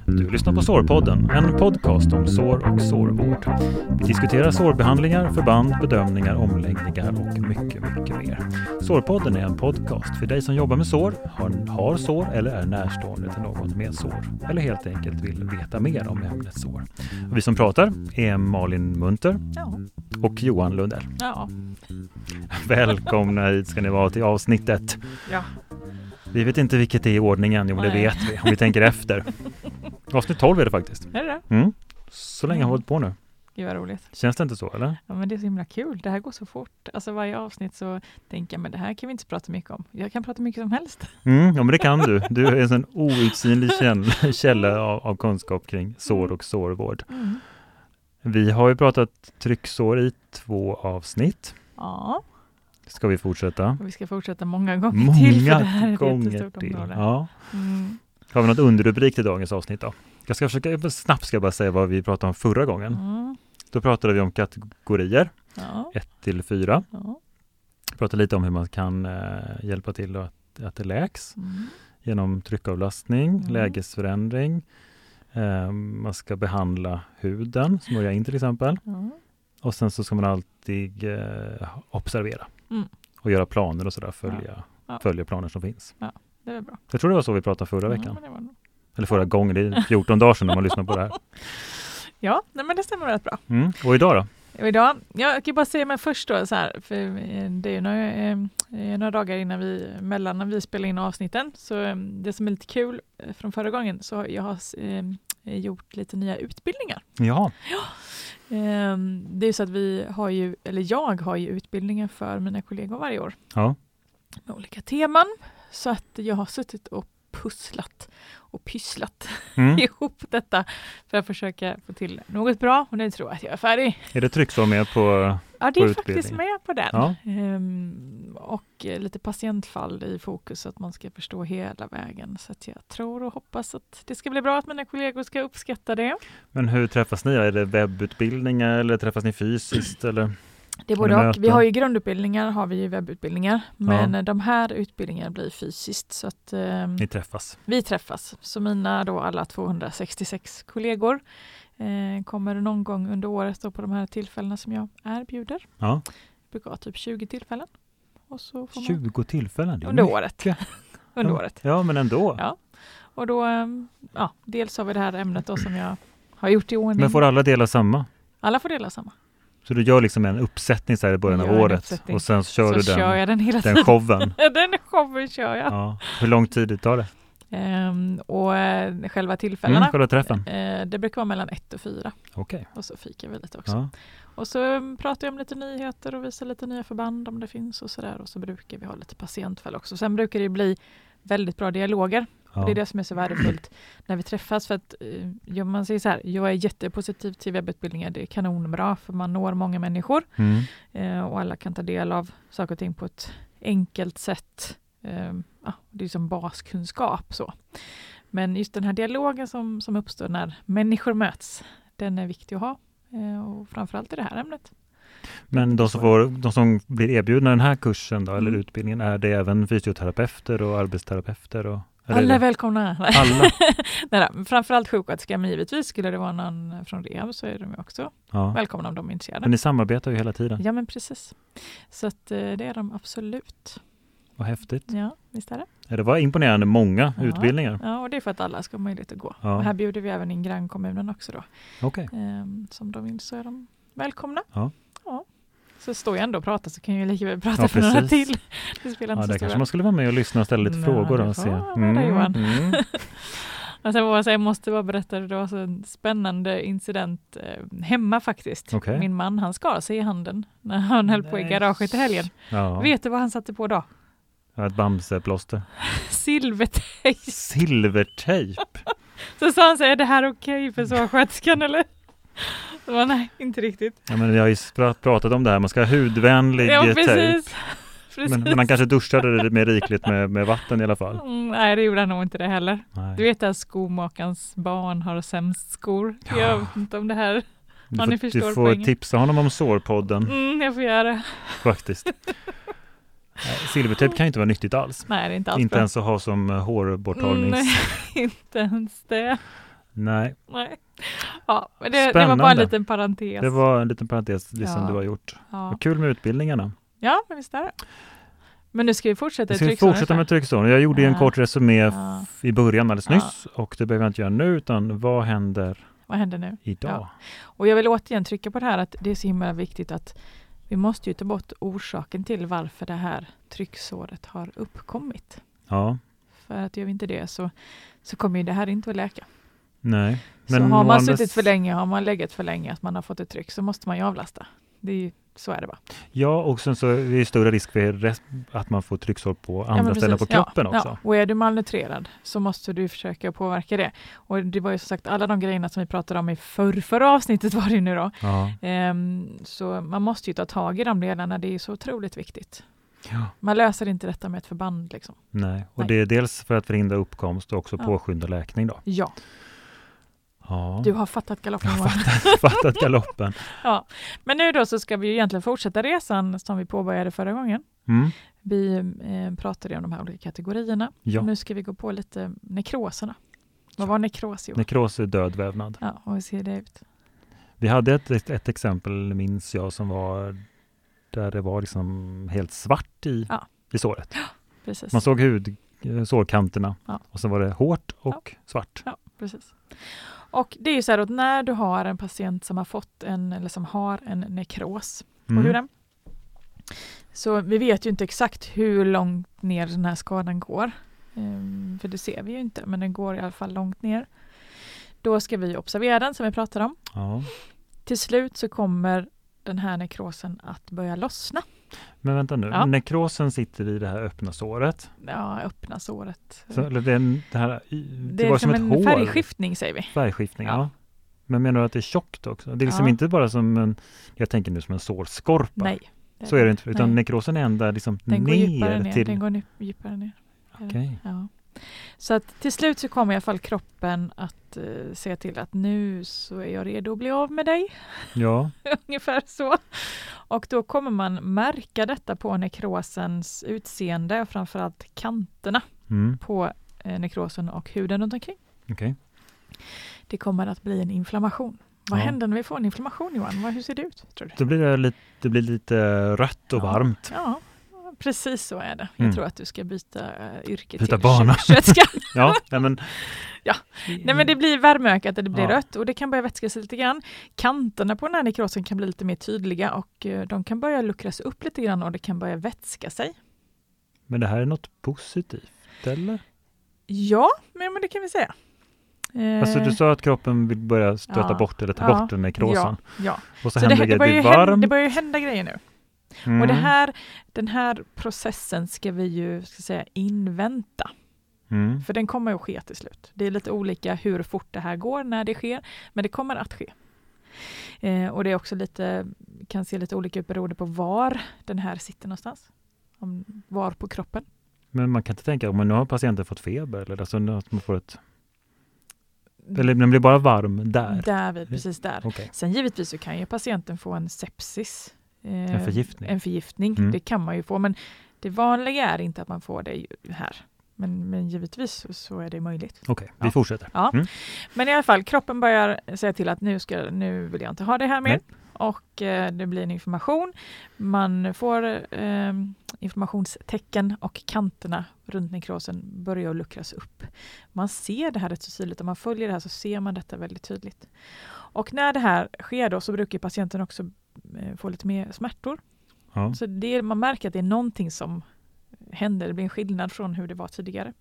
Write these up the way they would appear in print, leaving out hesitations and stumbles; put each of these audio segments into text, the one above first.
Du lyssnar på Sårpodden, en podcast om sår och sårvård. Vi diskuterar sårbehandlingar, förband, bedömningar, omläggningar och mycket mer. Sårpodden är en podcast för dig som jobbar med sår, har sår eller är närstående till någon med sår. Eller helt enkelt vill veta mer om ämnet sår. Och vi som pratar är Malin Munter och Johan Lundell. Ja. Välkomna hit ska ni vara till avsnittet. Ja. Vi vet inte vilket det är i ordningen, jo men det vet vi om vi tänker efter. Avsnitt 12 är det faktiskt. Är det det? Så länge har vi hållit på nu. Gud vad roligt. Känns det inte så, eller? Ja, men det är så himla kul. Det här går så fort. Alltså varje avsnitt så tänker jag, men det här kan vi inte prata mycket om. Jag kan prata mycket som helst. Ja, men det kan du. Du är en sån outsinlig källa av kunskap kring sår och sårvård. Vi har ju pratat trycksår i 2 avsnitt. Ja. Ska vi fortsätta? Och vi ska fortsätta många gånger till. För det här är ett gånger till. Ja. Har vi något underrubrik till dagens avsnitt då? Jag ska försöka snabbt bara säga vad vi pratade om förra gången. Då pratade vi om kategorier. 1-4. Vi pratade lite om hur man kan hjälpa till att det läks. Genom tryckavlastning, lägesförändring. Man ska behandla huden, smörja in till exempel. Och sen så ska man alltid observera. Och göra planer och sådär. Följa planer som finns. Ja, det är bra. Jag tror det var så vi pratade förra veckan. Men det var... Eller förra gången, det är 14 dagar sedan när man lyssnar på det här. Ja, men det stämmer rätt bra. Och idag då? Jag kan bara säga mig först då så här, för det är några dagar innan när vi spelar in avsnitten. Så det som är lite kul från förra gången, så jag har gjort lite nya utbildningar. Ja. Det är så att jag har ju utbildningar för mina kollegor varje år. Ja. Med olika teman. Så att jag har suttit och pusslat och pysslat ihop detta för att försöka få till något bra, och nu tror jag att jag är färdig. Är det trycksår med på Ja, det är faktiskt med på den. Ja. Och lite patientfall i fokus, så att man ska förstå hela vägen. Så att jag tror och hoppas att det ska bli bra, att mina kollegor ska uppskatta det. Men hur träffas ni? Är det webbutbildningar eller träffas ni fysiskt? Eller? Det är både och. Vi har ju grundutbildningar, har vi ju webbutbildningar. Men de här utbildningarna blir fysiskt. Så att, ni träffas? Vi träffas. Så mina då alla 266 kollegor kommer någon gång under året då på de här tillfällena som jag erbjuder. Ja. Jag brukar ha typ 20 tillfällen. Och så får 20 tillfällen? Under året. Under året. Ja, men ändå. Ja. Och då, dels har vi det här ämnet då som jag har gjort i ordning. Men får alla dela samma? Alla får dela samma. Så du gör liksom en uppsättning så här i början av året och sen så kör du den showen? Den showen kör jag. Ja. Hur lång tid tar det? Och själva tillfällena, själva träffen? Det brukar vara mellan 1 och 4. Okay. Och så fikar vi lite också. Och så pratar jag om lite nyheter och visar lite nya förband om det finns och sådär. Och så brukar vi ha lite patientfall också. Sen brukar det bli väldigt bra dialoger. Och det är det som är så värdefullt när vi träffas. För att man säger så här, jag är jättepositiv till webbutbildningar. Det är kanonbra för man når många människor. Och alla kan ta del av saker och ting på ett enkelt sätt. Det är som baskunskap så. Men just den här dialogen som uppstår när människor möts, den är viktig att ha. Och framförallt i det här ämnet. Men de som blir erbjudna den här kursen då, eller utbildningen, är det även fysioterapeuter och arbetsterapeuter? Och, alla är välkomna. Alla? Nej, framförallt sjuksköterskor, men givetvis skulle det vara någon från rehab så är de också välkomna om de är intresserade. Men ni samarbetar ju hela tiden. Ja, men precis. Så att, det är de absolut. Vad häftigt. Ja, visst är det. Ja, det var imponerande många utbildningar. Ja, och det är för att alla ska ha möjlighet att gå. Och här bjuder vi även in grannkommunen också då. Okej. Som de vill så är de välkomna. Ja. Så står jag ändå och pratar så kan jag lika väl prata för några till. Det spelar inte så där kanske man skulle vara med och lyssna och ställa lite frågor. Och se. Alltså, jag måste bara berätta, det var så en spännande incident hemma faktiskt. Okay. Min man, han skar sig i handen när han höll på i garaget i helgen. Ja. Vet du vad han satte på då? Ett bamseplåster. Silvertejp. Silvertejp? Så sa han så, är det här okej för sårsköterskan eller? Så nej, inte riktigt. Ja, men vi har ju pratat om det här, man ska ha hudvänlig tejp. Men man kanske duschade det mer rikligt med vatten i alla fall. Nej, det gjorde han nog inte det heller. Nej. Du vet att skomakarens barn har sämst skor. Jag vet inte om det här. Du får tipsa honom om sårpodden. Jag får göra det. Faktiskt. Silvertejp kan ju inte vara nyttigt alls. Nej, det är inte alls inte bra. Ens att ha som hårborttagning. Nej, inte ens det. Nej. Ja, men det var bara en liten parentes. Det var en liten parentes, det som du har gjort. Ja. Kul med utbildningarna. Ja, men visst är det. Men nu ska vi fortsätta med tryckzonen. Jag gjorde en kort resumé i början alldeles nyss och det behöver jag inte göra nu, utan vad händer nu? Idag? Ja. Och jag vill återigen trycka på det här att det är så himla viktigt att vi måste ju ta bort orsaken till varför det här trycksåret har uppkommit. Ja. För att gör vi inte det så kommer ju det här inte att läka. Nej. Men så har man suttit för länge, har man legat för länge att man har fått ett tryck, så måste man ju avlasta. Så är det bara. Ja, och sen så är det större risk för att man får trycksår på andra ställen på kroppen också. Ja. Och är du malnutrerad så måste du försöka påverka det. Och det var ju som sagt alla de grejerna som vi pratade om i förra avsnittet var det nu då. Ja. Så man måste ju ta tag i de delarna, det är så otroligt viktigt. Ja. Man löser inte detta med ett förband liksom. Nej, och det är dels för att förhindra uppkomst och också påskynda läkning då. Ja. Ja. Du har fattat galoppen. Jag har fattat galoppen. Ja. Men nu då så ska vi ju egentligen fortsätta resan som vi påbörjade förra gången. Vi pratade om de här olika kategorierna. Ja. Nu ska vi gå på lite nekroserna. Vad var nekros? Nekros är död vävnad. Ja, och hur ser det ut? Vi hade ett exempel, minns jag, som var där det var liksom helt svart i såret. Ja, precis. Man såg sårkanterna och sen var det hårt och svart. Ja, precis. Och det är ju så här att när du har en patient som har fått som har en nekros på huden, så vi vet ju inte exakt hur långt ner den här skadan går. För det ser vi ju inte, men den går i alla fall långt ner. Då ska vi observera den som vi pratade om. Ja. Till slut så kommer den här nekrosen att börja lossna. Men vänta nu, nekrosen sitter i det här öppna såret. Ja, öppna såret. Så, eller det var som en hål. Färgskiftning säger vi. Färgskiftning, ja. Men menar du att det är tjockt också? Det är liksom inte bara som jag tänker nu som en sårskorpa. Nej. Så är det inte, utan nekrosen är ända liksom den går djupare ner. Den går djupare ner. Okej. Ja. Så att till slut så kommer i alla fall kroppen att säga till att nu så är jag redo att bli av med dig. Ja. Ungefär så. Och då kommer man märka detta på nekrosens utseende och framförallt kanterna på nekrosen och huden runt omkring. Okay. Det kommer att bli en inflammation. Vad händer när vi får en inflammation, Johan? Hur ser det ut, tror du? Det blir lite rött och varmt. Ja. Precis så är det. Jag tror att du ska byta yrke byta till bana. sköterska. Nej, men det blir värmeökat och det blir rött och det kan börja vätska sig lite grann. Kanterna på den här nekrosen kan bli lite mer tydliga och de kan börja luckras upp lite grann och det kan börja vätska sig. Men det här är något positivt, eller? Ja, men det kan vi säga. Alltså du sa att kroppen vill börja stöta bort eller ta bort den nekrosen. Ja. Och så händer det blir varmt. Det börjar ju hända grejer nu. Och den här processen ska vi ju invänta. För den kommer att ske till slut. Det är lite olika hur fort det här går när det sker, men det kommer att ske. Och det är också kan se lite olika ut beroende på var den här sitter någonstans. Var på kroppen. Men man kan inte tänka, om nu har patienten fått feber eller alltså att man får ett... Eller den blir bara varm där? Precis där. Okay. Sen givetvis så kan ju patienten få en sepsis. En förgiftning. Det kan man ju få, men det vanliga är inte att man får det här. Men givetvis så är det möjligt. Okej, vi fortsätter. Ja. Men i alla fall, kroppen börjar säga till att nu vill jag inte ha det här mer. Nej. Och det blir en information. Man får informationstecken och kanterna runt nekrosen börjar att luckras upp. Man ser det här rätt så tydligt. Om man följer det här så ser man detta väldigt tydligt. Och när det här sker då så brukar patienten också få lite mer smärtor. Ja. Så man märker att det är någonting som händer. Det blir en skillnad från hur det var tidigare.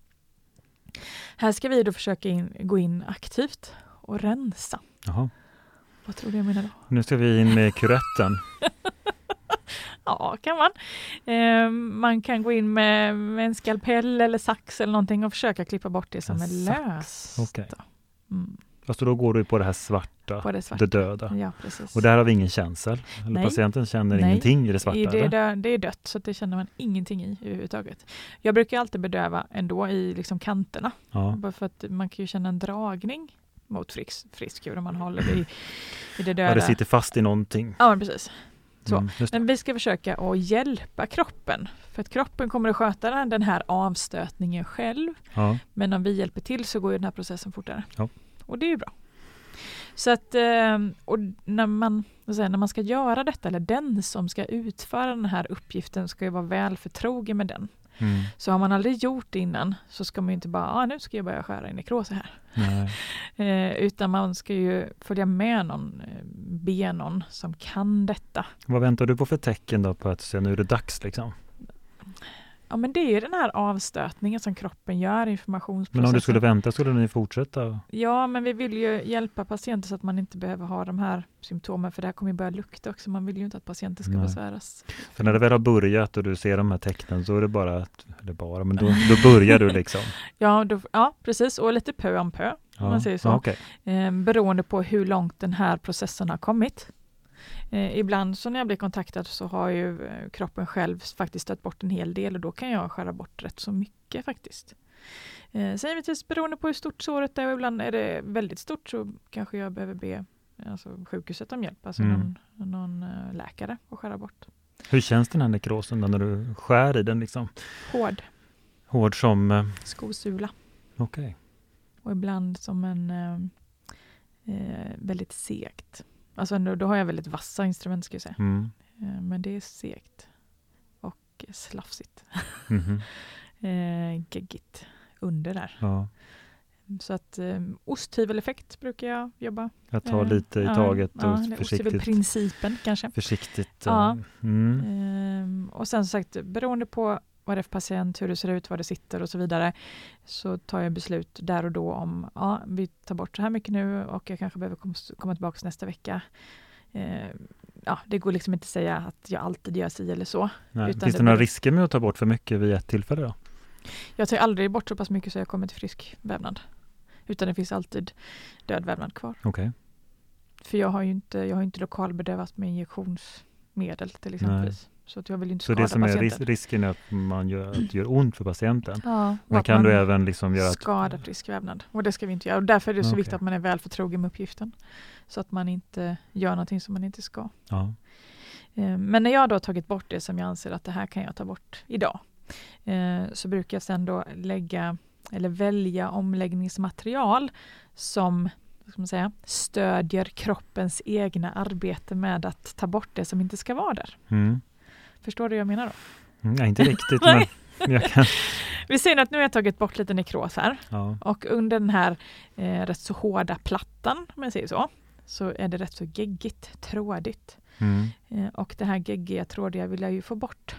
Här ska vi då försöka gå in aktivt och rensa. Jaha. Vad tror du jag menar då? Nu ska vi in med kuretten. Ja, kan man. Man kan gå in med en skalpell eller sax eller någonting och försöka klippa bort det som är löst. Okej. Alltså då går du på det här svarta, det döda. Ja, precis. Och där har vi ingen känsel. Eller patienten känner ingenting i det svarta. Det är dött, så det känner man ingenting i överhuvudtaget. Jag brukar alltid bedöva ändå i liksom kanterna. Ja. Bara för att man kan ju känna en dragning mot frisk hud om man håller det i det döda. Ja, det sitter fast i någonting. Ja, precis. Så. Men vi ska försöka att hjälpa kroppen. För att kroppen kommer att sköta den här avstötningen själv. Ja. Men om vi hjälper till så går ju den här processen fortare. Ja. Och det är ju bra. Så att, och när man ska göra detta, eller den som ska utföra den här uppgiften ska ju vara väl förtrogen med den. Så har man aldrig gjort det innan så ska man ju inte bara, nu ska jag börja skära i nekros här. Utan man ska ju följa med någon som kan detta. Vad väntar du på för tecken då på att säga nu är det dags liksom? Ja, men det är ju den här avstötningen som kroppen gör i informationsprocessen. Men om du skulle vänta skulle ni fortsätta? Ja, men vi vill ju hjälpa patienter så att man inte behöver ha de här symptomen, för det här kommer ju börja lukta också. Man vill ju inte att patienter ska besväras. Så när det väl har börjat och du ser de här tecknen så är det men då börjar du liksom? Ja, precis. Och lite pö om pö, om man säger så. Okay. Beroende på hur långt den här processen har kommit. Ibland så när jag blir kontaktad så har ju kroppen själv faktiskt stött bort en hel del och då kan jag skära bort rätt så mycket faktiskt. Sen givetvis beroende på hur stort såret är och ibland är det väldigt stort så kanske jag behöver be sjukhuset om hjälp, alltså någon läkare att skära bort. Hur känns den här nekrosen då när du skär i den liksom? Hård som? Skosula. Okej. Och ibland som en väldigt segt. Alltså då har jag väldigt vassa instrument ska jag säga. Men det är segt och slafsigt. Geggigt under där. Ja. Så att osthyveleffekt brukar jag jobba. Jag tar lite i taget och försiktigt. Osthyvelprincipen kanske. Försiktigt. Ja. Och sen som sagt, beroende på vad det är för patient, hur det ser ut, var det sitter och så vidare, så tar jag beslut där och då om vi tar bort så här mycket nu och jag kanske behöver komma tillbaka nästa vecka. Det går liksom inte att säga att jag alltid gör sig eller så. Nej. Finns det några risker med att ta bort för mycket vid ett tillfälle då? Jag tar aldrig bort så pass mycket så jag kommer till frisk vävnad. Utan det finns alltid död vävnad kvar. Okay. För jag har ju inte lokalbedövat med injektionsmedel till exempel. Så att jag vill inte skada patienten. Så det som är risken är att det gör ont för patienten. Ja, men kan du även liksom göra skada frisk vävnad. Och det ska vi inte göra. Och därför är det så viktigt att man är väl förtrogen med uppgiften. Så att man inte gör någonting som man inte ska. Ja. Men när jag då har tagit bort det som jag anser att det här kan jag ta bort idag. Så brukar jag sen då välja omläggningsmaterial som stödjer kroppens egna arbete med att ta bort det som inte ska vara där. Förstår du vad jag menar då? Nej, inte riktigt. Men jag kan. Vi ser att nu har jag tagit bort lite nekros här. Ja. Och under den här rätt så hårda plattan, om jag säger så är det rätt så geggigt, trådigt. Och det här geggiga, trådiga vill jag ju få bort.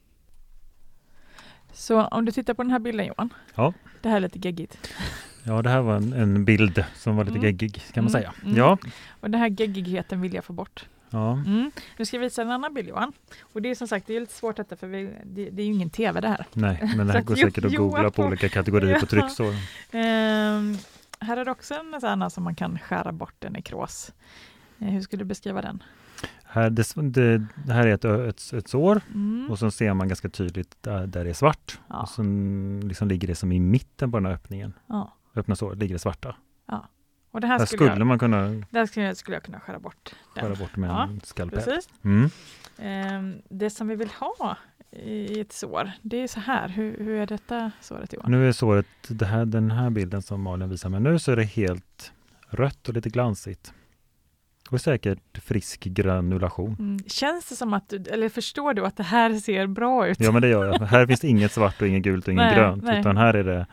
Så om du tittar på den här bilden, Johan. Ja. Det här är lite geggigt. Ja, det här var en bild som var lite geggig, kan man säga. Ja. Och den här geggigheten vill jag få bort. Ja. Nu ska jag visa en annan bild, Johan. Och det är som sagt, det är lite svårt detta för det är ju ingen tv det här. Nej, men det här går säkert att googla på olika kategorier på trycksår. Här är det också en sån som man kan skära bort en nekros. Hur skulle du beskriva den? Det här är ett sår och så ser man ganska tydligt där det är svart. Ja. Och så liksom ligger det som i mitten på den här öppningen. Ja. Öppna sår ligger det svarta. Ja. Och det här skulle jag kunna skära bort. Skära bort med en skalpell. Precis. Det som vi vill ha i ett sår, det är så här. Hur är detta såret, Johan? Nu är såret, den här bilden som Malin visar mig nu, så är det helt rött och lite glansigt. Och säkert frisk granulation. Känns det som att eller förstår du att det här ser bra ut? Ja, men det gör jag. Här finns inget svart och inget gult och inget grönt. Nej. Utan här är det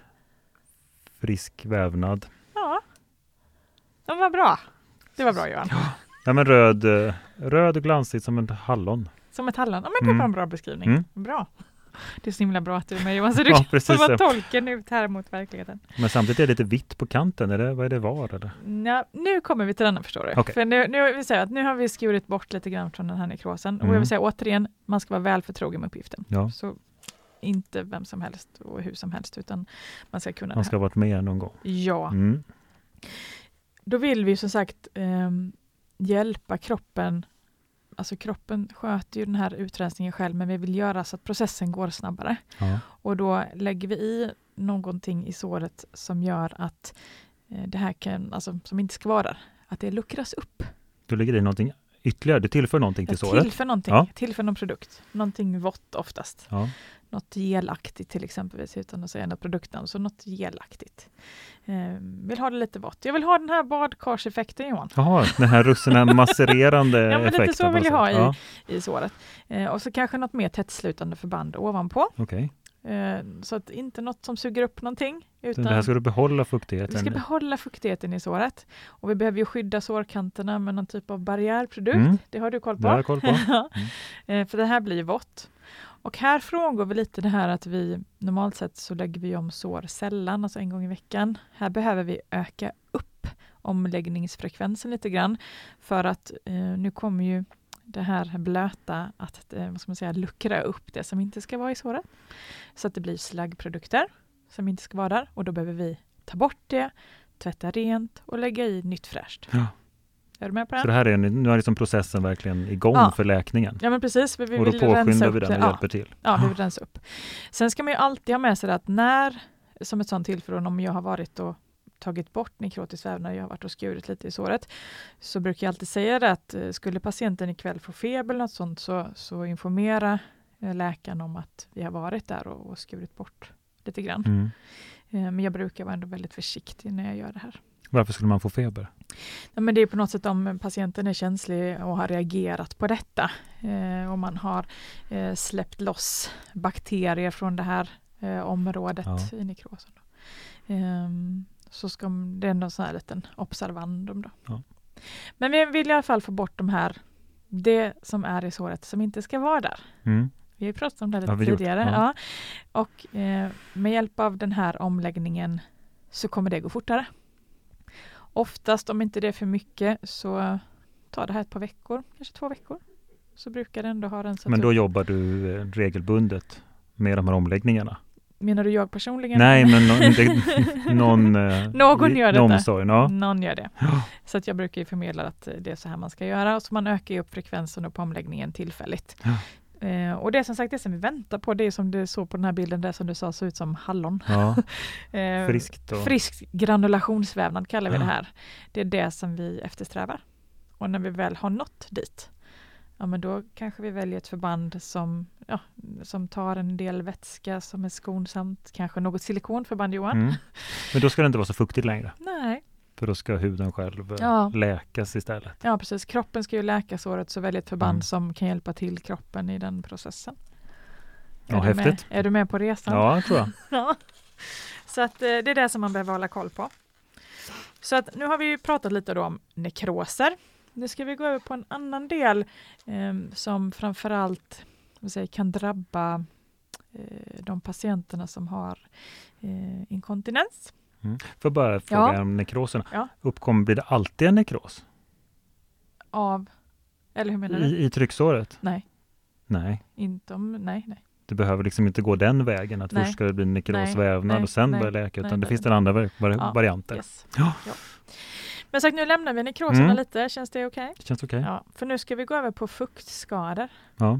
frisk vävnad. Ja, det var bra. Det var bra, Johan. Ja, men röd och glansigt som ett hallon. Som ett hallon? Ja, men det var en bra beskrivning. Bra. Det är så himla bra att du är med, Johan, så du kan vara tolken ut här mot verkligheten. Men samtidigt är det lite vitt på kanten, vad är det var? Eller? Ja, nu kommer vi till denna, förstår du. Okay. För nu har vi skurit bort lite grann från den här nekrosen. Och jag vill säga återigen, man ska vara väl förtrogen med uppgiften. Ja. Så inte vem som helst och hur som helst, utan man ska kunna. Man ska ha varit med någon gång. Ja. Då vill vi som sagt hjälpa kroppen. Alltså kroppen sköter ju den här utrensningen själv, men vi vill göra så att processen går snabbare. Ja. Och då lägger vi i någonting i såret som gör att det här kan, alltså som inte ska vara där, att det luckras upp. Du lägger i någonting ytterligare? Du tillför någonting till såret? Tillför någonting, tillför någon produkt. Någonting vått oftast. Ja. Något gelaktigt till exempelvis, utan att säga något produktnamn, så något gelaktigt. Vill ha det lite vått. Jag vill ha den här badkarseffekten, Johan. Jaha, den här russinen massererande ja, men effekten. Lite så vill jag ha i såret. Och så kanske något mer tättslutande förband ovanpå. Okej. Så att inte något som suger upp någonting. Utan det här ska du behålla fuktigheten? Vi ska behålla fuktigheten i såret. Och vi behöver ju skydda sårkanterna med någon typ av barriärprodukt. Det har du koll på. Det har jag koll på. För det här blir vått. Och här frångår vi lite det här att vi normalt sett så lägger vi om sår sällan, alltså en gång i veckan. Här behöver vi öka upp omläggningsfrekvensen lite grann. För att nu kommer ju det här blöta att luckra upp det som inte ska vara i såret. Så att det blir slaggprodukter som inte ska vara där. Och då behöver vi ta bort det, tvätta rent och lägga i nytt fräscht. Ja. Är du med på det? Så det här är nu är liksom processen verkligen igång för läkningen. Ja, men precis. Vi och då påskyndar vi den och hjälper till. Ja, vi vill rensa upp. Sen ska man ju alltid ha med sig att när, som ett sånt tillfälle, om jag har varit och tagit bort nekrotisk vävnad, jag har varit och skurit lite i såret, så brukar jag alltid säga det att skulle patienten ikväll få feber eller något sånt, så informera läkaren om att vi har varit där och skurit bort lite grann. Men jag brukar vara ändå väldigt försiktig när jag gör det här. Varför skulle man få feber? Ja, men det är på något sätt om patienten är känslig och har reagerat på detta. Om man har släppt loss bakterier från det här området i nekrosen. Så ska det ändå en sån här liten observandum då. Ja. Men vi vill i alla fall få bort det som är i såret som inte ska vara där. Vi har ju pratat om det lite tidigare. Ja. Och med hjälp av den här omläggningen så kommer det gå fortare. Oftast, om inte det är för mycket, så tar det här ett par veckor, kanske 2 veckor. Så brukar det ändå ha rensat. Men då jobbar du regelbundet med de här omläggningarna? Menar du jag personligen? Nej, men någon gör det. Omsorg, Någon gör det. Så att jag brukar ju förmedla att det är så här man ska göra. Och så man ökar upp frekvensen på omläggningen tillfälligt. Ja. Och det som sagt, det som vi väntar på, det är som du såg på den här bilden där som du sa, så ut som hallon. Ja. Friskt. Frisk granulationsvävnad kallar vi det här. Det är det som vi eftersträvar. Och när vi väl har nått dit, men då kanske vi väljer ett förband som tar en del vätska som är skonsamt. Kanske något silikonförband, Johan. Men då ska det inte vara så fuktigt längre. Nej. För då ska huden själv läkas istället. Ja, precis. Kroppen ska ju läka såret, så välj ett förband som kan hjälpa till kroppen i den processen. Häftigt. Är du med på resan? Ja, tror jag. Ja. Så att det är det som man behöver hålla koll på. Så att nu har vi ju pratat lite då om nekroser. Nu ska vi gå över på en annan del som framförallt kan drabba de patienterna som har inkontinens. Får bara fråga om nekroserna. Ja. Blir det alltid en nekros? Eller hur menar du? I trycksåret? Nej. Nej. Nej. Det behöver liksom inte gå den vägen, att först ska det bli nekrosvävnad och sen börja läka, utan det finns den andra varianter. Yes. Ja. Men sagt, nu lämnar vi nekroserna lite. Känns det okej? Det känns okej. Ja, för nu ska vi gå över på fuktskador. Ja.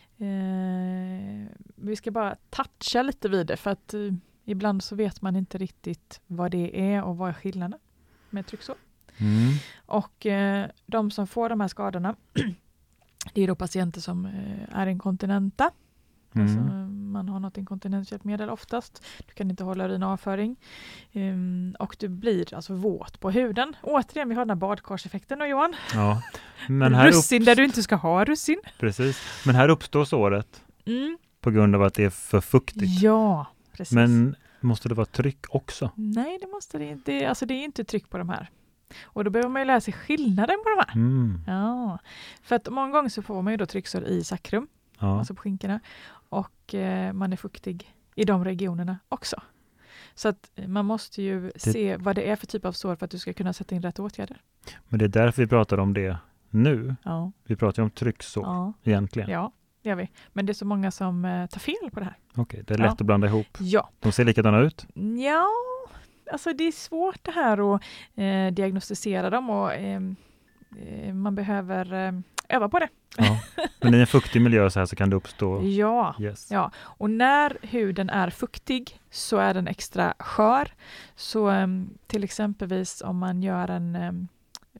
Vi ska bara toucha lite vid det, för att ibland så vet man inte riktigt vad det är och vad är skillnaden med trycksår. Och de som får de här skadorna, det är då patienter som är inkontinenta. Alltså, man har något inkontinenshjälpmedel oftast. Du kan inte hålla urinavföring. Och du blir alltså våt på huden. Återigen, vi har den här badkarseffekten då, Johan. Ja. Men här russin där du inte ska ha russin. Precis. Men här uppstår såret på grund av att det är för fuktigt. Ja, precis. Men måste det vara tryck också? Nej, det måste det inte. Alltså det är inte tryck på de här. Och då behöver man ju lära sig skillnaden på de här. Ja. För att många gånger så får man ju då trycksår i sakrum. Ja. Alltså på skinkorna. Och man är fuktig i de regionerna också. Så att man måste ju se vad det är för typ av sår för att du ska kunna sätta in rätt åtgärder. Men det är därför vi pratar om det nu. Ja. Vi pratar om trycksår egentligen. Ja, det gör vi. Men det är så många som tar fel på det här. Okej, det är lätt att blanda ihop. Ja. De ser likadana ut? Ja, alltså det är svårt det här att diagnostisera dem och man behöver öva på det. Ja. Men i en fuktig miljö så här så kan det uppstå. Ja, yes. Ja. Och när huden är fuktig så är den extra skör. Så till exempelvis om man gör en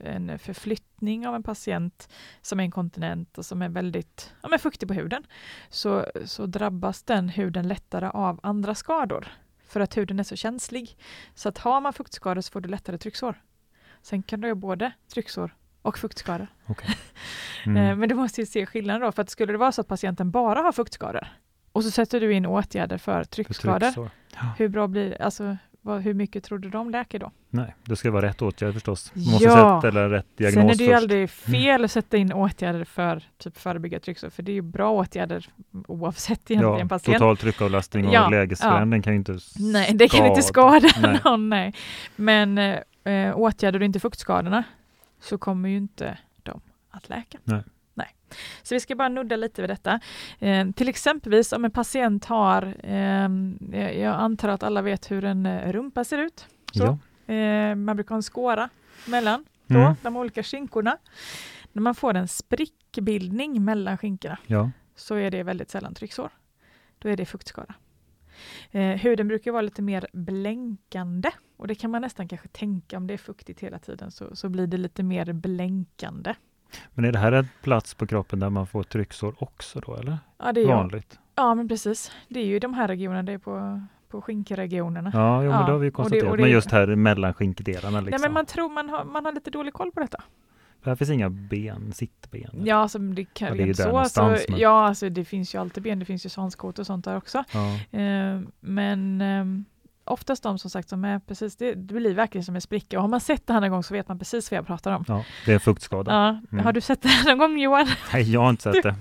en förflyttning av en patient som är inkontinent och som är väldigt fuktig på huden, så drabbas den huden lättare av andra skador för att huden är så känslig. Så att har man fuktskador så får du lättare trycksår. Sen kan du ha både trycksår och fuktskador. Okay. Men du måste ju se skillnaden då, för att skulle det vara så att patienten bara har fuktskador och så sätter du in åtgärder för tryckskador, hur bra blir, alltså hur mycket tror du de läker då? Nej, det ska vara rätt åtgärd förstås. Man måste sätta eller rätt diagnos. Sen är det ju aldrig fel att sätta in åtgärder för typ förebygga trycksår, för det är ju bra åtgärder oavsett egentligen patient. Total tryckavlastning och lägesförändring kan ju inte skada. Nej, det kan inte skada någon, nej. Men åtgärder du inte fuktskadorna så kommer ju inte de att läka. Nej. Så vi ska bara nudda lite vid detta. Till exempelvis om en patient har, jag antar att alla vet hur en rumpa ser ut. Så. Ja. Man brukar ha en skåra mellan de olika skinkorna. När man får en sprickbildning mellan skinkorna så är det väldigt sällan trycksår. Då är det fuktskada. Huden brukar vara lite mer blänkande, och det kan man nästan kanske tänka, om det är fuktigt hela tiden så blir det lite mer blänkande. Men är det här en plats på kroppen där man får trycksår också då, eller? Ja, det är vanligt. Ja, men precis. Det är ju de här regionerna, det är på skinkregionerna. Ja, men det har vi konstaterat. Men just här mellan skinkdelarna liksom. Nej, men man tror man har lite dålig koll på detta. Här finns inga ben, sittben. Ja, alltså det kan det är ju där någonstans. Ja, alltså det finns ju alltid ben, det finns ju svanskot och sånt där också. Ja. Men oftast de som sagt som är precis, det blir verkligen som en spricka. Och har man sett det här någon gång så vet man precis vad jag pratar om. Ja, det är fuktskada. Ja. Har du sett det här någon gång, Johan? Nej, jag har inte sett det.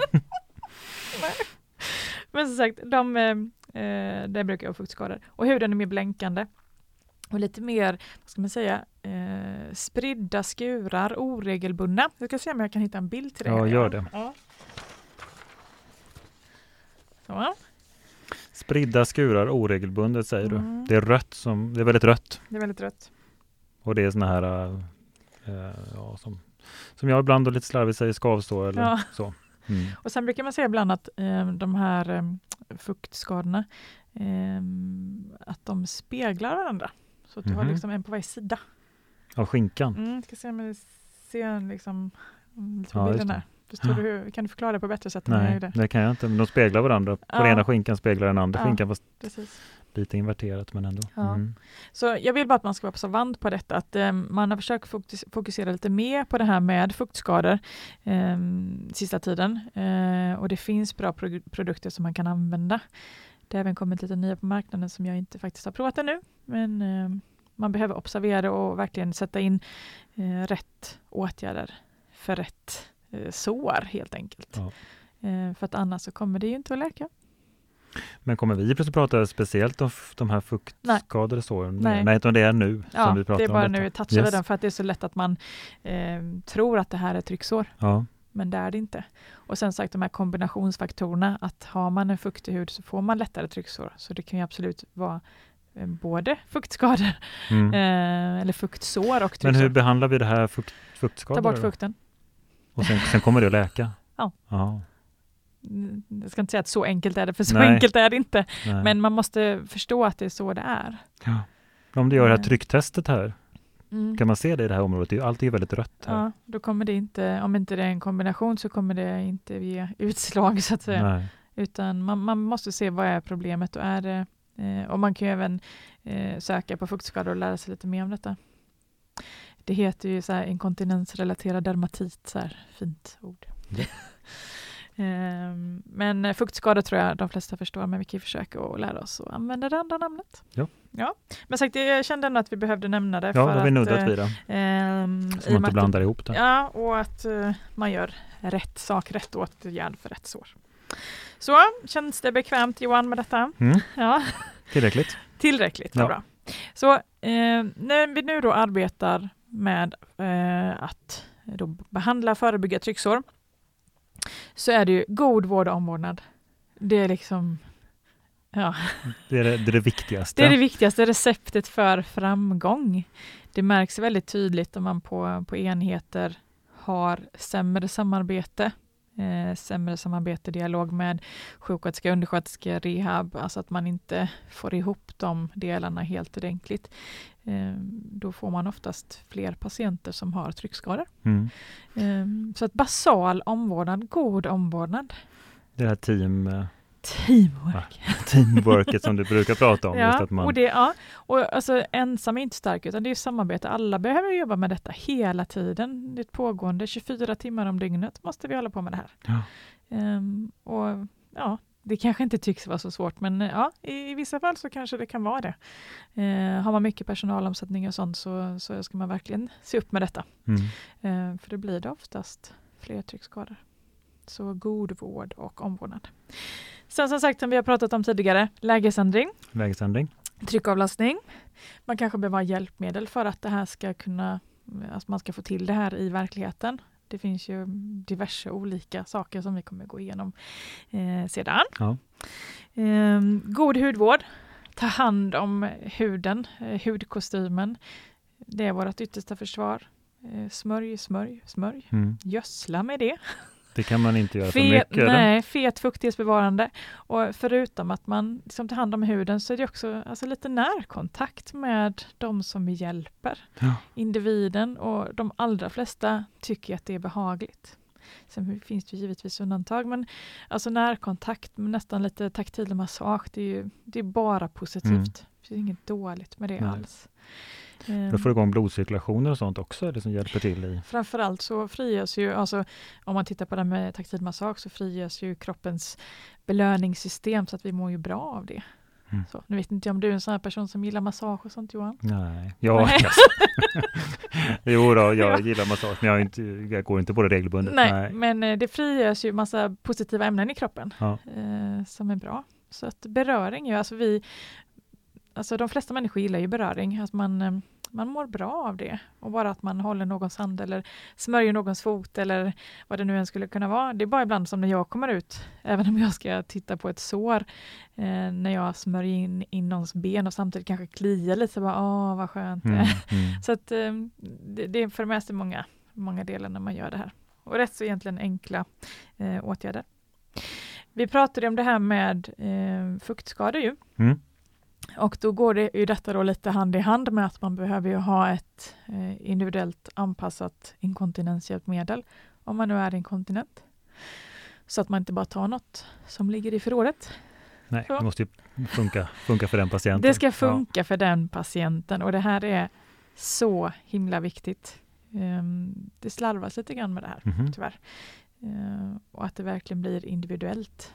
Men som sagt, det brukar vara fuktskador. Och huden är mer blänkande. Och lite mer, vad ska man säga, spridda skurar, oregelbundna. Jag ska se om jag kan hitta en bild till det. Ja, gör det. Ja. Så. Spridda skurar, oregelbundet säger du. Det är rött, det är väldigt rött. Det är väldigt rött. Och det är såna här, som jag ibland och lite slarvigt säger skavsår eller så. Mm. Och sen brukar man säga ibland att de här fuktskadorna, att de speglar varandra. Så att du har liksom en på varje sida. Av skinkan? Ska se om jag ser liksom lite på bilden här. Förstår du kan du förklara det på bättre sätt? Nej, det kan jag inte. Men de speglar varandra. På den ena skinkan speglar den andra skinkan. Fast lite inverterat, men ändå. Ja. Så jag vill bara att man ska vara observant på detta. Att man har försökt fokusera lite mer på det här med fuktskador sista tiden. Och det finns bra produkter som man kan använda. Det har även kommit lite nya på marknaden som jag inte faktiskt har provat ännu. Men man behöver observera och verkligen sätta in rätt åtgärder för rätt sår helt enkelt. Ja. För att annars så kommer det ju inte att läka. Men kommer vi plötsligt prata speciellt om de här fuktskadade såren? Nej, utan det är nu som vi pratar om. Det är bara nu vi touchar vid den, för att det är så lätt att man tror att det här är trycksår. Ja. Men det är det inte. Och sen sagt de här kombinationsfaktorerna, att har man en fuktig hud så får man lättare trycksår. Så det kan ju absolut vara både fuktskador eller fuktsår och trycksår. Men hur behandlar vi det här fuktskador? Ta bort fukten. Och sen kommer det att läka? Ja. Ja. Jag ska inte säga att så enkelt är det, för så enkelt är det inte. Nej. Men man måste förstå att det är så det är. Ja. Om du gör det här trycktestet här, kan man se det i det här området? Allt är väldigt rött här. Ja, då kommer det inte, om inte det är en kombination så kommer det inte ge utslag så att säga. Nej. Utan man måste se vad är problemet och är det, och man kan ju även söka på fuktskador och lära sig lite mer om detta. Det heter ju så här inkontinensrelaterad dermatit, så här fint ord. Ja. Men fuktskador tror jag de flesta förstår, men vi kan ju försöka att lära oss att använda det andra namnet. Ja. Men sagt, jag kände ändå att vi behövde nämna det. Ja, för har vi nuddat vid det. Så man inte blandar ihop det. Ja, och att man gör rätt sak, rätt åtgärd för rätt sår. Så, känns det bekvämt, Johan, med detta? Ja. Tillräckligt. Tillräckligt, bra. Så när vi nu då arbetar med att då behandla, förebygga trycksår, så är det ju god vård och omvårdnad. Det är liksom, det är det viktigaste. Det är det viktigaste receptet för framgång. Det märks väldigt tydligt om man på enheter har sämre samarbete, dialog med sjuksköterska, undersköterska, rehab, alltså att man inte får ihop de delarna helt ordentligt. då får man oftast fler patienter som har tryckskador. Så att basal omvårdnad, god omvårdnad. Det här teamworket som du brukar prata om. Ja, just att man... och alltså, ensam är inte stark, utan det är samarbete. Alla behöver jobba med detta hela tiden. Det är ett pågående 24 timmar om dygnet måste vi hålla på med det här. Ja. Och ja, det kanske inte tycks vara så svårt, men ja, i vissa fall så kanske det kan vara det. Har man mycket personalomsättning och sånt så ska man verkligen se upp med detta. För det blir det oftast fler tryckskador. Så god vård och omvårdnad. Sen som sagt, som vi har pratat om tidigare, lägesändring. Tryckavlastning. Man kanske behöver ha hjälpmedel för att det här ska kunna, alltså man ska få till det här i verkligheten. Det finns ju diverse olika saker som vi kommer gå igenom sedan. Ja. God hudvård. Ta hand om huden, hudkostymen. Det är vårt yttersta försvar. Smörj. Gödsla med det. Det kan man inte göra för mycket. Nej, fet fuktighetsbevarande. Och förutom att man liksom tar hand om huden så är det också alltså, lite närkontakt med de som vi hjälper. Ja. Individen, och de allra flesta tycker att det är behagligt. Sen finns det givetvis undantag, men alltså närkontakt med nästan lite taktil massage, det är bara positivt. Det är inget dåligt med det alls. Då får det igång blodcirkulationer och sånt också, det som hjälper till i. Framförallt så frigörs ju, alltså om man tittar på det med taktil massage så frigörs ju kroppens belöningssystem så att vi mår ju bra av det. Så, nu vet inte jag om du är en sån här person som gillar massage och sånt, Johan? Nej, jag gillar massage, men jag går inte på det regelbundet. Nej, men det frigörs ju massa positiva ämnen i kroppen som är bra. Så att beröring är ju, alltså de flesta människor gillar ju beröring, att man mår bra av det. Och bara att man håller någons hand eller smörjer någons fot eller vad det nu än skulle kunna vara. Det är bara ibland som när jag kommer ut, även om jag ska titta på ett sår, när jag smörjer in någons ben och samtidigt kanske kliar lite, så bara, vad skönt det är. Så att det för med sig många delar när man gör det här. Och rätt så egentligen enkla åtgärder. Vi pratade om det här med fuktskador ju. Och då går det ju detta då lite hand i hand med att man behöver ju ha ett individuellt anpassat inkontinenshjälpmedel om man nu är inkontinent. Så att man inte bara tar något som ligger i förrådet. Nej, det måste ju funka för den patienten. Det ska funka för den patienten, och det här är så himla viktigt. Det slarvas lite grann med det här, tyvärr. Och att det verkligen blir individuellt.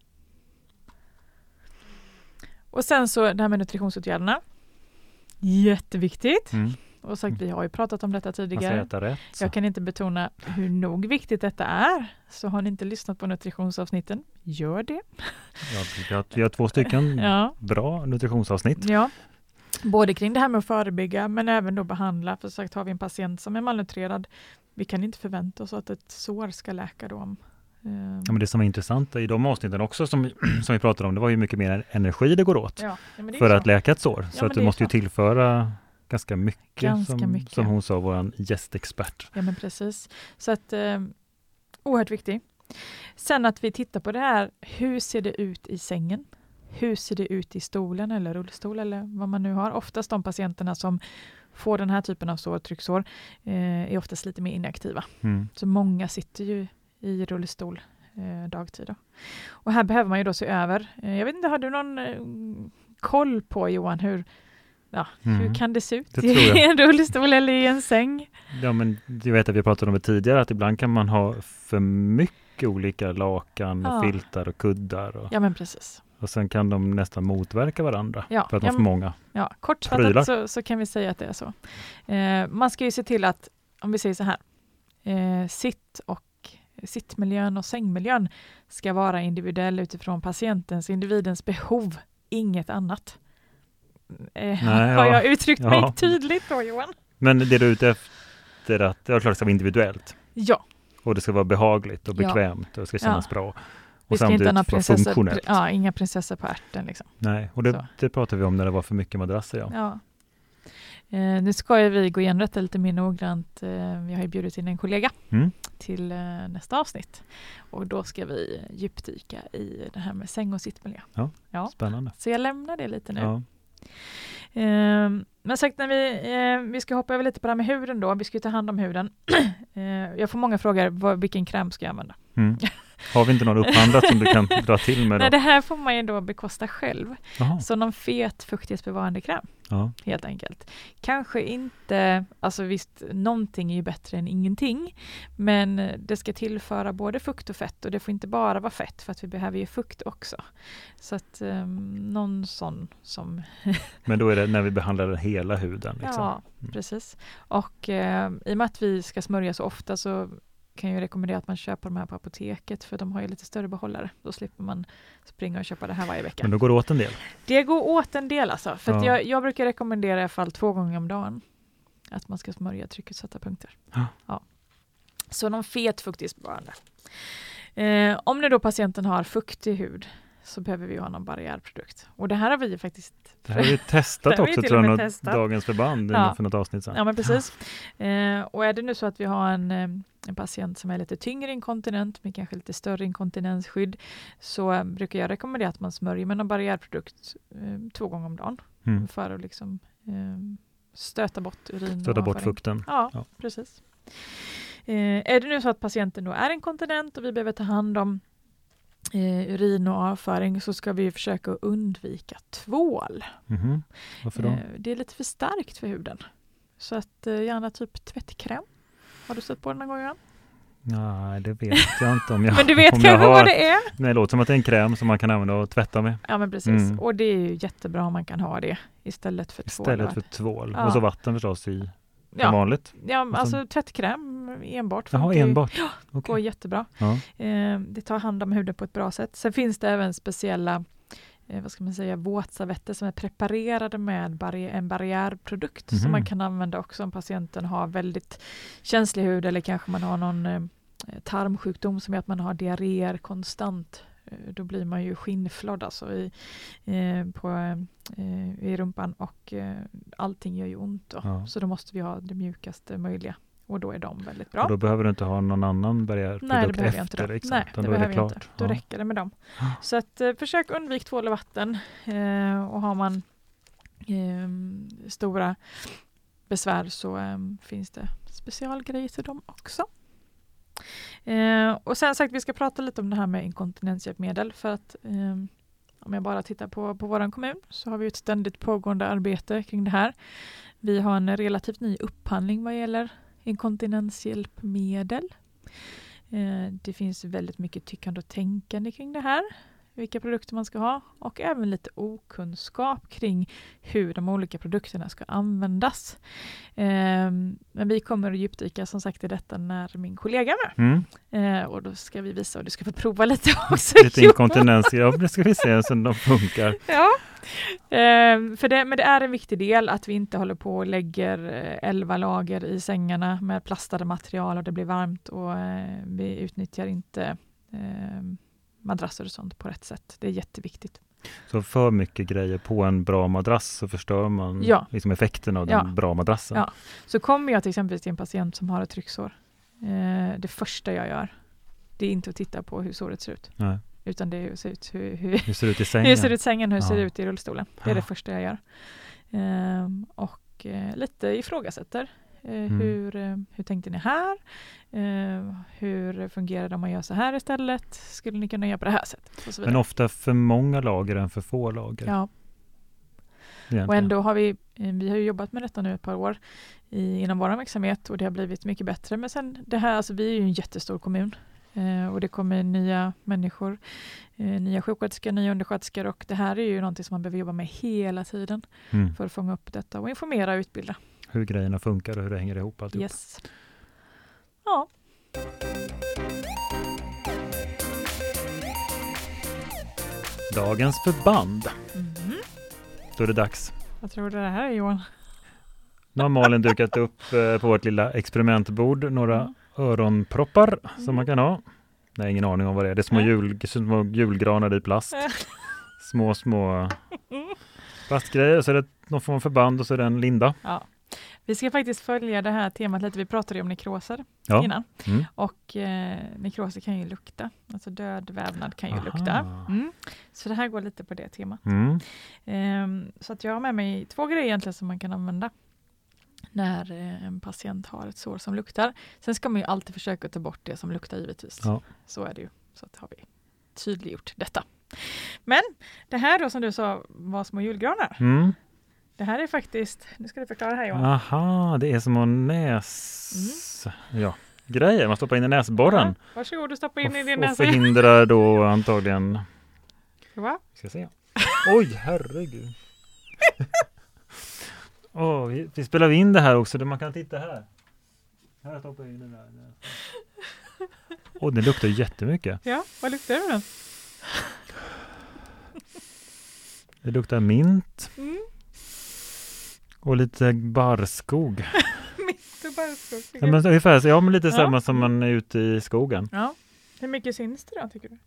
Och sen så det här med nutritionsåtgärderna. Jätteviktigt. Och sagt, vi har ju pratat om detta tidigare. Man ska äta rätt. Jag kan inte betona hur nog viktigt detta är. Så har ni inte lyssnat på nutritionsavsnitten, gör det. Ja, vi har 2 stycken bra nutritionsavsnitt. Ja, både kring det här med att förebygga men även då behandla. För sagt, har vi en patient som är malnutrerad, vi kan inte förvänta oss att ett sår ska läka då. Ja, men det som är intressant i de avsnitten också som vi pratade om, det var ju mycket mer energi det går åt för att läka ett sår. Så att du måste ju tillföra ganska mycket. Som hon sa, vår gästexpert. Ja, men precis. Så att oerhört viktigt. Sen att vi tittar på det här, hur ser det ut i sängen? Hur ser det ut i stolen eller rullstol eller vad man nu har? Oftast de patienterna som får den här typen av sår, trycksår, är oftast lite mer inaktiva. Så många sitter ju i rullstol dagtid då. Och här behöver man ju då se över. Jag vet inte, har du någon koll på, Johan, hur kan det se ut i en rullstol eller i en säng? Ja, men jag vet att vi pratade om det tidigare, att ibland kan man ha för mycket olika lakan och filtar och kuddar. Ja, men precis. Och sen kan de nästan motverka varandra för att de har för många Ja, kortfattat så kan vi säga att det är så. Man ska ju se till att, om vi säger så här, sittmiljön och sängmiljön ska vara individuell utifrån individens behov, inget annat. Har jag uttryckt mig tydligt då, Johan? Men det är ute efter att det är klart det ska vara individuellt. Ja. Och det ska vara behagligt och bekvämt och det ska kännas bra. Och vi ska inte ha funktionellt. Inga prinsessor på ärten liksom. Nej, och det pratade vi om när det var för mycket madrasser. Ja. Nu ska vi gå igenom detta lite mer noggrant. Vi har ju bjudit in en kollega till nästa avsnitt. Och då ska vi djupdyka i det här med säng och sittmiljö. Ja, spännande. Så jag lämnar det lite nu. Men sagt, när vi ska hoppa över lite på det här med huden då. Vi ska ta hand om huden. Jag får många frågor, vilken kräm ska jag använda? Har vi inte någon upphandlat som du kan dra till med då? Nej, det här får man ju då bekosta själv. Aha. Så någon fet fuktighetsbevarande kräm, helt enkelt. Kanske inte, alltså visst, någonting är ju bättre än ingenting. Men det ska tillföra både fukt och fett, och det får inte bara vara fett, för att vi behöver ju fukt också. Så att någon sån som... Men då är det när vi behandlar hela huden? Liksom. Ja, precis. Och i och med att vi ska smörja så ofta, så kan jag rekommendera att man köper de här på apoteket, för de har ju lite större behållare. Då slipper man springa och köpa det här varje vecka. Men då går det åt en del? Det går åt en del alltså. För att jag brukar rekommendera i alla fall 2 gånger om dagen att man ska smörja tryckutsatta punkter. Ja. Så någon fet fuktighetsbevarande. Om nu då patienten har fuktig hud, så behöver vi ha någon barriärprodukt. Och det här har vi faktiskt... Det här har vi testat också, tror jag, dagens förband för något avsnitt sedan. Ja, men precis. Och är det nu så att vi har en patient som är lite tyngre inkontinent, med kanske lite större inkontinensskydd, så brukar jag rekommendera att man smörjer med någon barriärprodukt 2 gånger om dagen. För att liksom stöta bort urin. Stöta bort fukten. Ja, precis. Är det nu så att patienten då är inkontinent och vi behöver ta hand om urin och avföring, så ska vi försöka undvika tvål. Varför då? Det är lite för starkt för huden. Så att gärna typ tvättkräm. Har du stött på den någon gång, Johan? Nej, det vet jag inte om jag. Men du vet kanske vad det är? Nej, det låter som att det är en kräm som man kan använda och tvätta med. Ja, men precis. Och det är ju jättebra om man kan ha det istället för tvål. Istället för tvål. Och så vatten förstås i vanligt. Ja, alltså tvättkräm enbart. Jaha, enbart. Ja, går jättebra. Ja. Det tar hand om huden på ett bra sätt. Sen finns det även speciella våtservetter som är preparerade med en barriärprodukt som man kan använda också om patienten har väldigt känslig hud, eller kanske man har någon tarmsjukdom som gör att man har diarréer konstant. Då blir man ju skinnflodd alltså i rumpan, och allting gör ju ont då. Ja. Så då måste vi ha det mjukaste möjliga. Och då är de väldigt bra. Och då behöver du inte ha någon annan barriärprodukt efter? Nej, det behöver jag inte. Liksom. Nej, det behöver jag inte. Då räcker det med dem. Så att försök undvika tvål och vatten. Och har man stora besvär, så finns det specialgrejer till dem också. Och sen sagt, vi ska prata lite om det här med inkontinenshjälpmedel, för att om jag bara tittar på våran kommun, så har vi ett ständigt pågående arbete kring det här. Vi har en relativt ny upphandling vad gäller inkontinenshjälpmedel. Det finns väldigt mycket tyckande och tänkande kring det här, vilka produkter man ska ha, och även lite okunskap kring hur de olika produkterna ska användas. Men vi kommer att djupdyka som sagt i detta när min kollega är med. Och då ska vi visa, och du ska få prova lite också. Lite inkontinens, ja, det ska vi se så de funkar. Ja. Men det är en viktig del att vi inte håller på och lägger 11 lager i sängarna med plastade material och det blir varmt, och vi utnyttjar inte madrasser och sånt på rätt sätt. Det är jätteviktigt. Så för mycket grejer på en bra madrass så förstör man liksom effekten av den bra madrassen. Ja. Så kommer jag till exempel till en patient som har ett trycksår. Det första jag gör, det är inte att titta på hur såret ser ut. Nej. Utan det är att se ut hur ser det ut i sängen. Hur ser det ut i sängen, hur ser det ut i rullstolen. Det är det första jag gör. Och lite ifrågasätter. Hur tänkte ni här? Hur fungerar det om man gör så här istället? Skulle ni kunna göra på det här sättet? Och så vidare. Men ofta för många lager än för få lager. Ja. Egentligen. Och ändå har vi har ju jobbat med detta nu ett par år inom vår verksamhet, och det har blivit mycket bättre. Men sen det här, alltså vi är ju en jättestor kommun. Och det kommer nya människor, nya sjuksköterskor, nya undersköterskor, och det här är ju någonting som man behöver jobba med hela tiden för att fånga upp detta och informera och utbilda. Hur grejerna funkar och hur det hänger ihop alltihop. Yes. Ja. Dagens förband. Då är det dags. Jag tror det här är Johan. Nu har Malin dukat upp på vårt lilla experimentbord några öronproppar som man kan ha. Nej, ingen aning om vad det är. Det är små julgranar i plast. små plastgrejer. Så är det någon form av förband och så är det en linda. Ja. Vi ska faktiskt följa det här temat lite. Vi pratade ju om nekroser innan. Och nekroser kan ju lukta. Alltså död vävnad kan ju lukta. Så det här går lite på det temat. Så att jag har med mig 2 grejer egentligen som man kan använda när en patient har ett sår som luktar. Sen ska man ju alltid försöka ta bort det som luktar givetvis. Ja. Så är det ju. Så att har vi tydliggjort detta. Men det här då som du sa var små julgranar. Det här är faktiskt, nu ska du förklara här Johan. Aha, det är små grejer. Man stoppar in i näsborren. Ja, varsågod, du stoppar in i din näsa. Och förhindrar då antagligen... Va? Ska se. Oj, herregud. Vi spelar in det här också, där man kan titta här. Här stoppar jag in den där. Det luktar jättemycket. Ja, vad luktar det då? Det luktar mint. Och lite barrskog. Mint och barrskog. Ja, men ungefär, men lite samma som man är ute i skogen. Ja. Hur mycket syns det då, tycker du?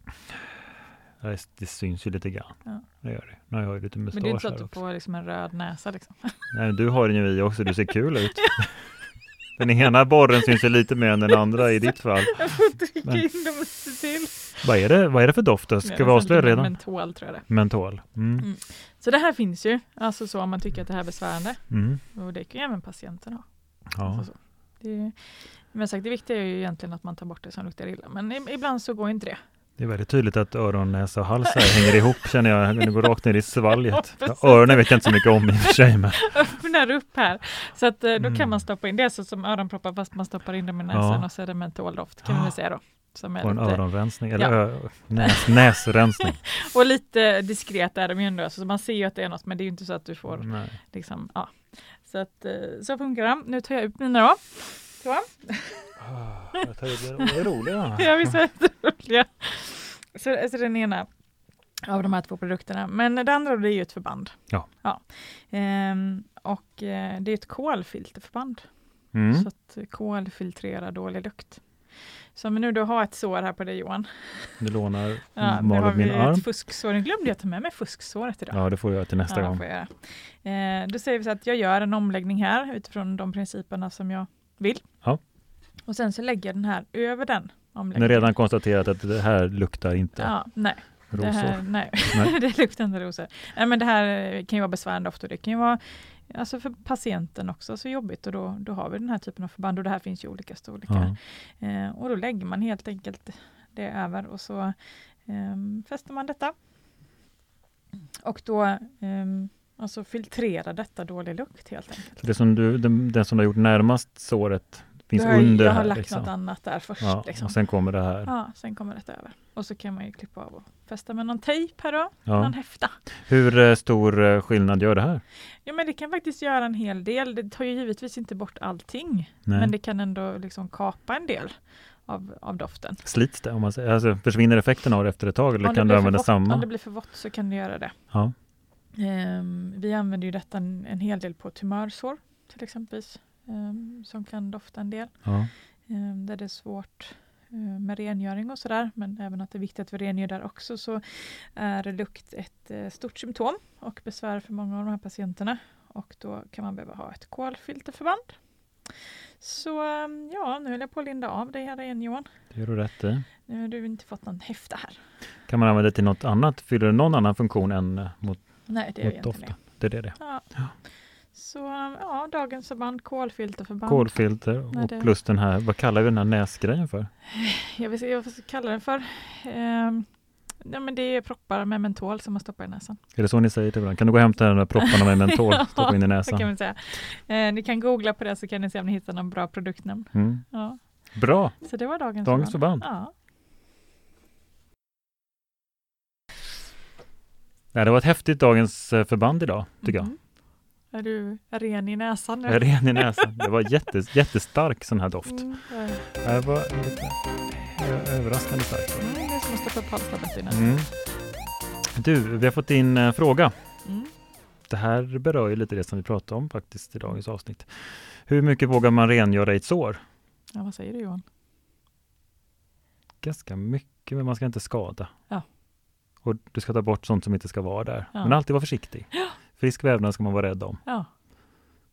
Det syns ju lite grann. Ja. Det gör det. Nu har jag ju lite mustasch. Men det är inte så att du får liksom en röd näsa liksom. Nej, du har den ju i också. Du ser kul ut. Den ena borren syns ju lite mer än den andra i ditt fall. Jag får trycka in dem lite till. Vad är det för doft då? Ska vi avslöja redan? Mentol tror jag det. Mentol. Så det här finns ju. Alltså så om man tycker att det här är besvärande. Och det kan ju även patienten ha. Ja. Alltså men sagt, det viktiga är ju egentligen att man tar bort det som luktar illa. Men ibland så går inte det. Det är väldigt tydligt att öron, näsa och hals hänger ihop, känner jag. Det går rakt ner i svalget. Öronen vet jag inte så mycket om i och för sig. Men... öppnar upp här. Så att då kan man stoppa in det så som öronproppar fast man stoppar in dem i näsan och så är det mentoldoft kan man väl säga då. Som är och en öronrensning eller näsrensning. Och lite diskret är de ju ändå. Så man ser ju att det är något men det är ju inte så att du får liksom, Så att så funkar det. Nu tar jag upp mina då. Så. Det är roliga. Ja, visst är det roliga. Så den ena av de här 2 produkterna. Men det andra det är ju ett förband. Ja. Och det är ett kolfilterförband. Så att kolfiltrerar dålig lukt. Så om vi nu då har ett sår här på dig Johan. Du lånar nu har vi ett fusksår. Nu glömde jag ta med mig fusksåret idag. Ja, det får jag göra till nästa gång. Får jag göra. Då säger vi så att jag gör en omläggning här utifrån de principerna som jag vill. Ja. Och sen så lägger jag den här över den omläggningen. Ni har redan konstaterat att det här luktar inte rosor. Det luktar inte rosor. Nej, men det här kan ju vara besvärande ofta. Det kan ju vara alltså för patienten också så jobbigt. Och då har vi den här typen av förband. Och det här finns ju olika storlekar. Och då lägger man helt enkelt det över. Och så fäster man detta. Och då alltså filtrerar detta dålig lukt helt enkelt. Så det som den som du har gjort närmast såret finns under jag har här, lagt liksom. Något annat där först. Ja, liksom. Och sen kommer det här. Ja, sen kommer detta över. Och så kan man ju klippa av och fästa med någon tejp här då. Någon häfta. Hur stor skillnad gör det här? Ja, men det kan faktiskt göra en hel del. Det tar ju givetvis inte bort allting. Nej. Men det kan ändå liksom kapa en del av doften. Slits det? Om man säger, alltså, försvinner effekten av det efter ett tag? Eller kan du använda samma? Om det blir för vått så kan du göra det. Ja. Vi använder ju detta en hel del på tumörsår till exempel. Som kan dofta en del. Ja. Där det är svårt med rengöring och sådär. Men även att det är viktigt att vi rengör där också så är lukt ett stort symptom och besvär för många av de här patienterna. Och då kan man behöva ha ett kolfilterförband. Så nu höll jag på att linda av dig här igen Johan. Det gör du rätt i. Nu har du inte fått någon häfta här. Kan man använda det till något annat? Fyller det någon annan funktion än mot Nej, det är mot doften? Det är det. Ja. Så dagens förband, kolfilterförband. Kolfilter och plus den här, vad kallar vi den här näsgrejen för? Jag vill se vad jag kallar den för. Men det är proppar med mentol som man stoppar i näsan. Är det så ni säger till varandra? Kan du gå och hämta den där propparna med mentol och stoppa in i näsan? Det kan man säga. Ni kan googla på det så kan ni se om ni hittar någon bra produktnamn. Ja. Bra! Så det var dagens förband. Ja. Det var ett häftigt dagens förband idag, tycker jag. Är du ren i näsan nu? Jag är ren i näsan. Det var jättestark sån här doft. Det var lite överraskande starkt. Det är som att stoppa palstabett i näsan. Du, vi har fått in en fråga. Det här berör ju lite det som vi pratade om faktiskt i dagens avsnitt. Hur mycket vågar man rengöra i ett sår? Ja, vad säger du Johan? Ganska mycket, men man ska inte skada. Ja. Och du ska ta bort sånt som inte ska vara där. Ja. Men alltid vara försiktig. Ja. Frisk vävnad ska man vara rädd om. Ja.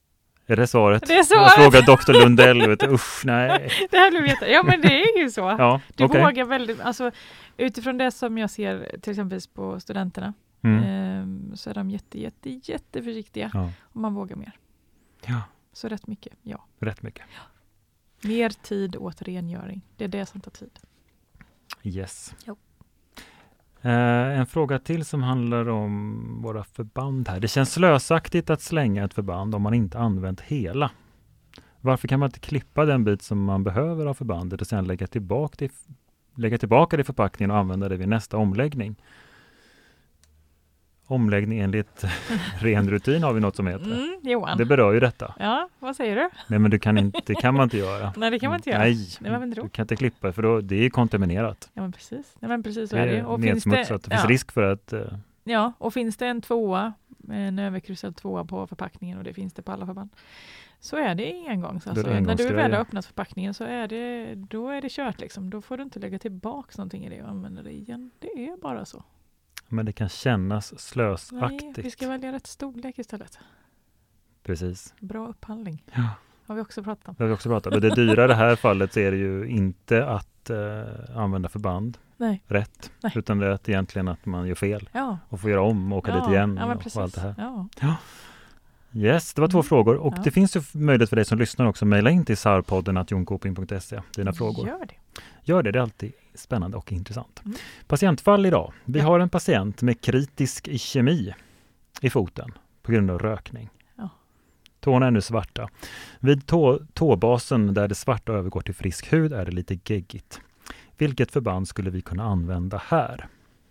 Är det svaret? Det är svaret. Jag frågar Dr. Lundell. Usch, nej. Det här vill veta. Ja, men det är ju så. Ja, du vågar väldigt, alltså utifrån det som jag ser till exempel på studenterna så är de jätteförsiktiga och man vågar mer. Ja. Så rätt mycket, ja. Rätt mycket. Ja. Mer tid åt rengöring. Det är det som tar tid. Yes. Jo. En fråga till som handlar om våra förband här. Det känns slösaktigt att slänga ett förband om man inte använt hela. Varför kan man inte klippa den bit som man behöver av förbandet och sedan lägga tillbaka det i förpackningen och använda det vid nästa omläggning? Omläggning enligt ren rutin har vi något som heter. Johan. Det berör ju detta. Ja, vad säger du? Nej, men det kan man inte göra. Nej, det kan man inte göra. Nej, du kan inte klippa för då, det är kontaminerat. Ja, men precis. Nej, men precis så är det. Och nedsmutsat. Det finns risk för att... Ja, och finns det en överkryssad tvåa på förpackningen och det finns det på alla förband. Så är det i engångs. Alltså, när du väl har öppnat förpackningen så då är det kört liksom. Då får du inte lägga tillbaka någonting i det och använda det igen. Det är bara så. Men det kan kännas slösaktigt. Nej, vi ska välja rätt storlek istället. Precis. Bra upphandling. Ja. Har vi också pratat om. Det har vi också pratat om. Och det dyra i det här fallet så är det ju inte att använda förband rätt. Nej. Utan det är egentligen att man gör fel. Ja. Och får göra om och åka dit igen och allt det här. Ja. Yes, det var 2 frågor. Och det finns ju möjlighet för dig som lyssnar också att mejla in till sarpodden@jonkoping.se dina frågor. Gör det är alltid spännande och intressant. Patientfall idag. Vi har en patient med kritisk ischemi i foten på grund av rökning. Ja. Tårna är nu svarta. Vid tåbasen där det svarta övergår till frisk hud är det lite geggigt. Vilket förband skulle vi kunna använda här?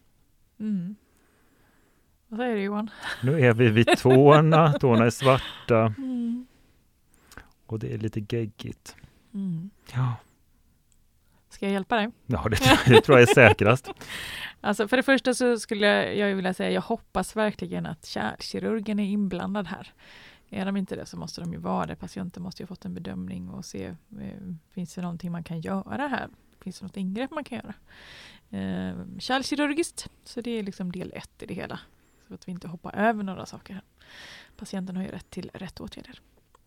Vad säger du, Johan? Nu är vi vid tårna. Tårna är svarta. Och det är lite geggigt. Ja. Ska jag hjälpa dig? Ja, det tror jag är säkrast. Alltså för det första så skulle jag vilja säga jag hoppas verkligen att kärlkirurgen är inblandad här. Är de inte det så måste de ju vara det. Patienten måste ju ha fått en bedömning och se finns det någonting man kan göra här? Finns det något ingrepp man kan göra? Kärlkirurgiskt, så det är liksom del 1 i det hela. Så att vi inte hoppar över några saker här. Patienten har ju rätt till rätt åtgärder.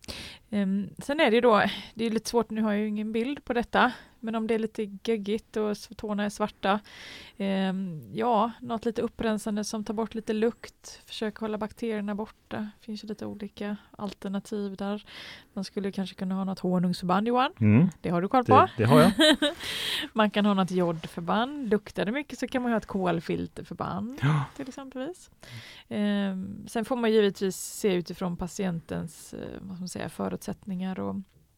Sen är det ju då, det är lite svårt, nu har jag ju ingen bild på detta, men om det är lite geggigt och tårna är svarta, något lite upprensande som tar bort lite lukt, försök hålla bakterierna borta, det finns ju lite olika alternativ där. Man skulle kanske kunna ha något honungsförband, Johan, det har du koll på. Det har jag. Man kan ha något jodförband, luktar det mycket så kan man ha ett kolfilterförband till exempelvis. Sen får man givetvis se utifrån patientens förutsättningar och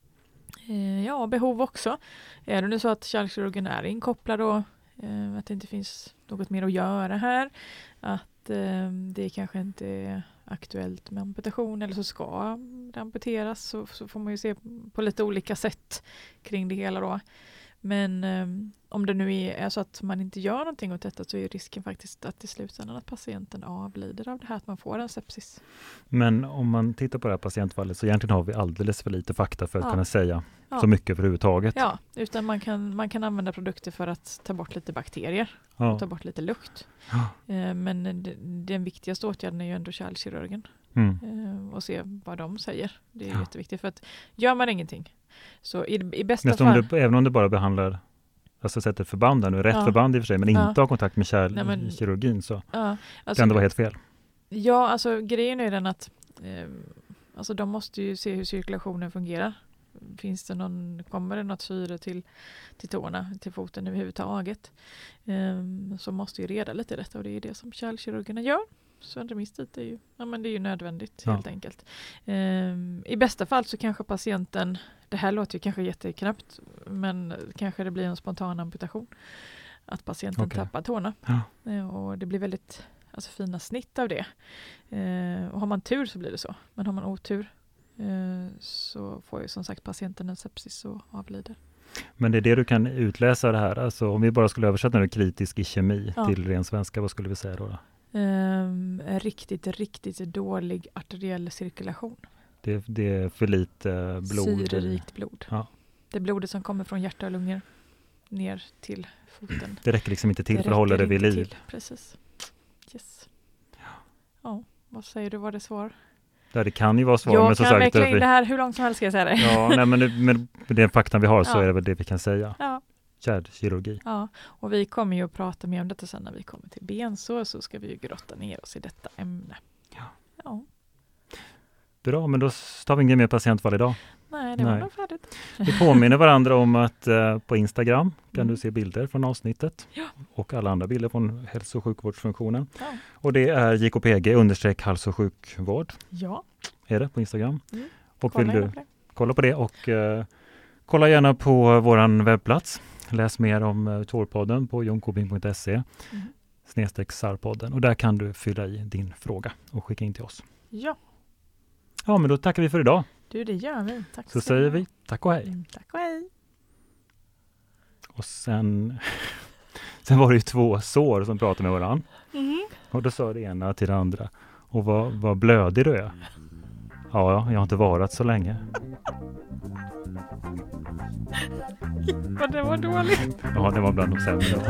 behov också. Är det nu så att kärlkirurgen är inkopplad och att det inte finns något mer att göra här, att det kanske inte är aktuellt med amputation eller så ska det amputeras, så får man ju se på lite olika sätt kring det hela då. Men om det nu är så att man inte gör någonting åt detta så är risken faktiskt att i slutändan att patienten avlider av det här, att man får en sepsis. Men om man tittar på det här patientfallet så egentligen har vi alldeles för lite fakta för att kunna säga så mycket överhuvudtaget. Ja, utan man kan använda produkter för att ta bort lite bakterier och ta bort lite lukt. Men den viktigaste åtgärden är ju ändå kärlkirurgen. Och se vad de säger. Det är jätteviktigt, för att gör man ingenting så i bästa fall... även om du bara behandlar, alltså sätter förband där nu, rätt förband i och för sig, men inte har kontakt med kärlkirurgin så kan det vara helt fel. Ja, alltså grejen är den att alltså de måste ju se hur cirkulationen fungerar. Kommer det något syre till tårna, till foten överhuvudtaget, så måste ju reda lite i detta, och det är det som kärlkirurgerna gör. Så en remisstid är ju, det är ju nödvändigt helt enkelt. I bästa fall så kanske patienten, det här låter ju kanske jätteknappt, men kanske det blir en spontan amputation. Att patienten tappar tårna. Och det blir väldigt fina snitt av det. Och har man tur så blir det så. Men har man otur så får ju som sagt patienten en sepsis och avlider. Men det är det du kan utläsa det här. Alltså om vi bara skulle översätta nu kritisk ischemi till ren svenska, vad skulle vi säga då? Riktigt dålig arteriell cirkulation. Det är för lite blod. Syrerikt blod. Ja. Det blodet som kommer från hjärta och lungor ner till foten. Det räcker liksom inte till för att hålla det vid liv. Precis. Yes. Ja, vad säger du, var det svar? där det kan ju vara svårt. Jag kan veckla in det här hur långt som helst, ska jag säga det. Ja, nej, men med den faktan vi har så är det väl det vi kan säga. Ja. Kärlkirurgi. Ja, och vi kommer ju att prata mer om detta sen när vi kommer till bensår, så ska vi ju grotta ner oss i detta ämne. Ja. Bra, men då tar vi ingen mer patientfall idag. Nej, det var nog färdigt. Vi påminner varandra om att på Instagram kan du se bilder från avsnittet och alla andra bilder från hälso- och sjukvårdsfunktionen. Ja. Och det är JKPG _ hälso- och sjukvård. Ja. Är det på Instagram. Och kolla vill du kolla på det och kolla gärna på våran webbplats. Läs mer om Torpodden på jonkobing.se /sarpodden och där kan du fylla i din fråga och skicka in till oss. Ja. Ja, men då tackar vi för idag. Du, det gör vi. Tack så säger vi tack och hej. Tack och hej. Och sen var det ju 2 sår som pratade med varandra. Och då sa det ena till det andra. Och vad blödig du är. Ja, jag har inte varit så länge. Vad det var dåligt. Ja, det var bland de sämre.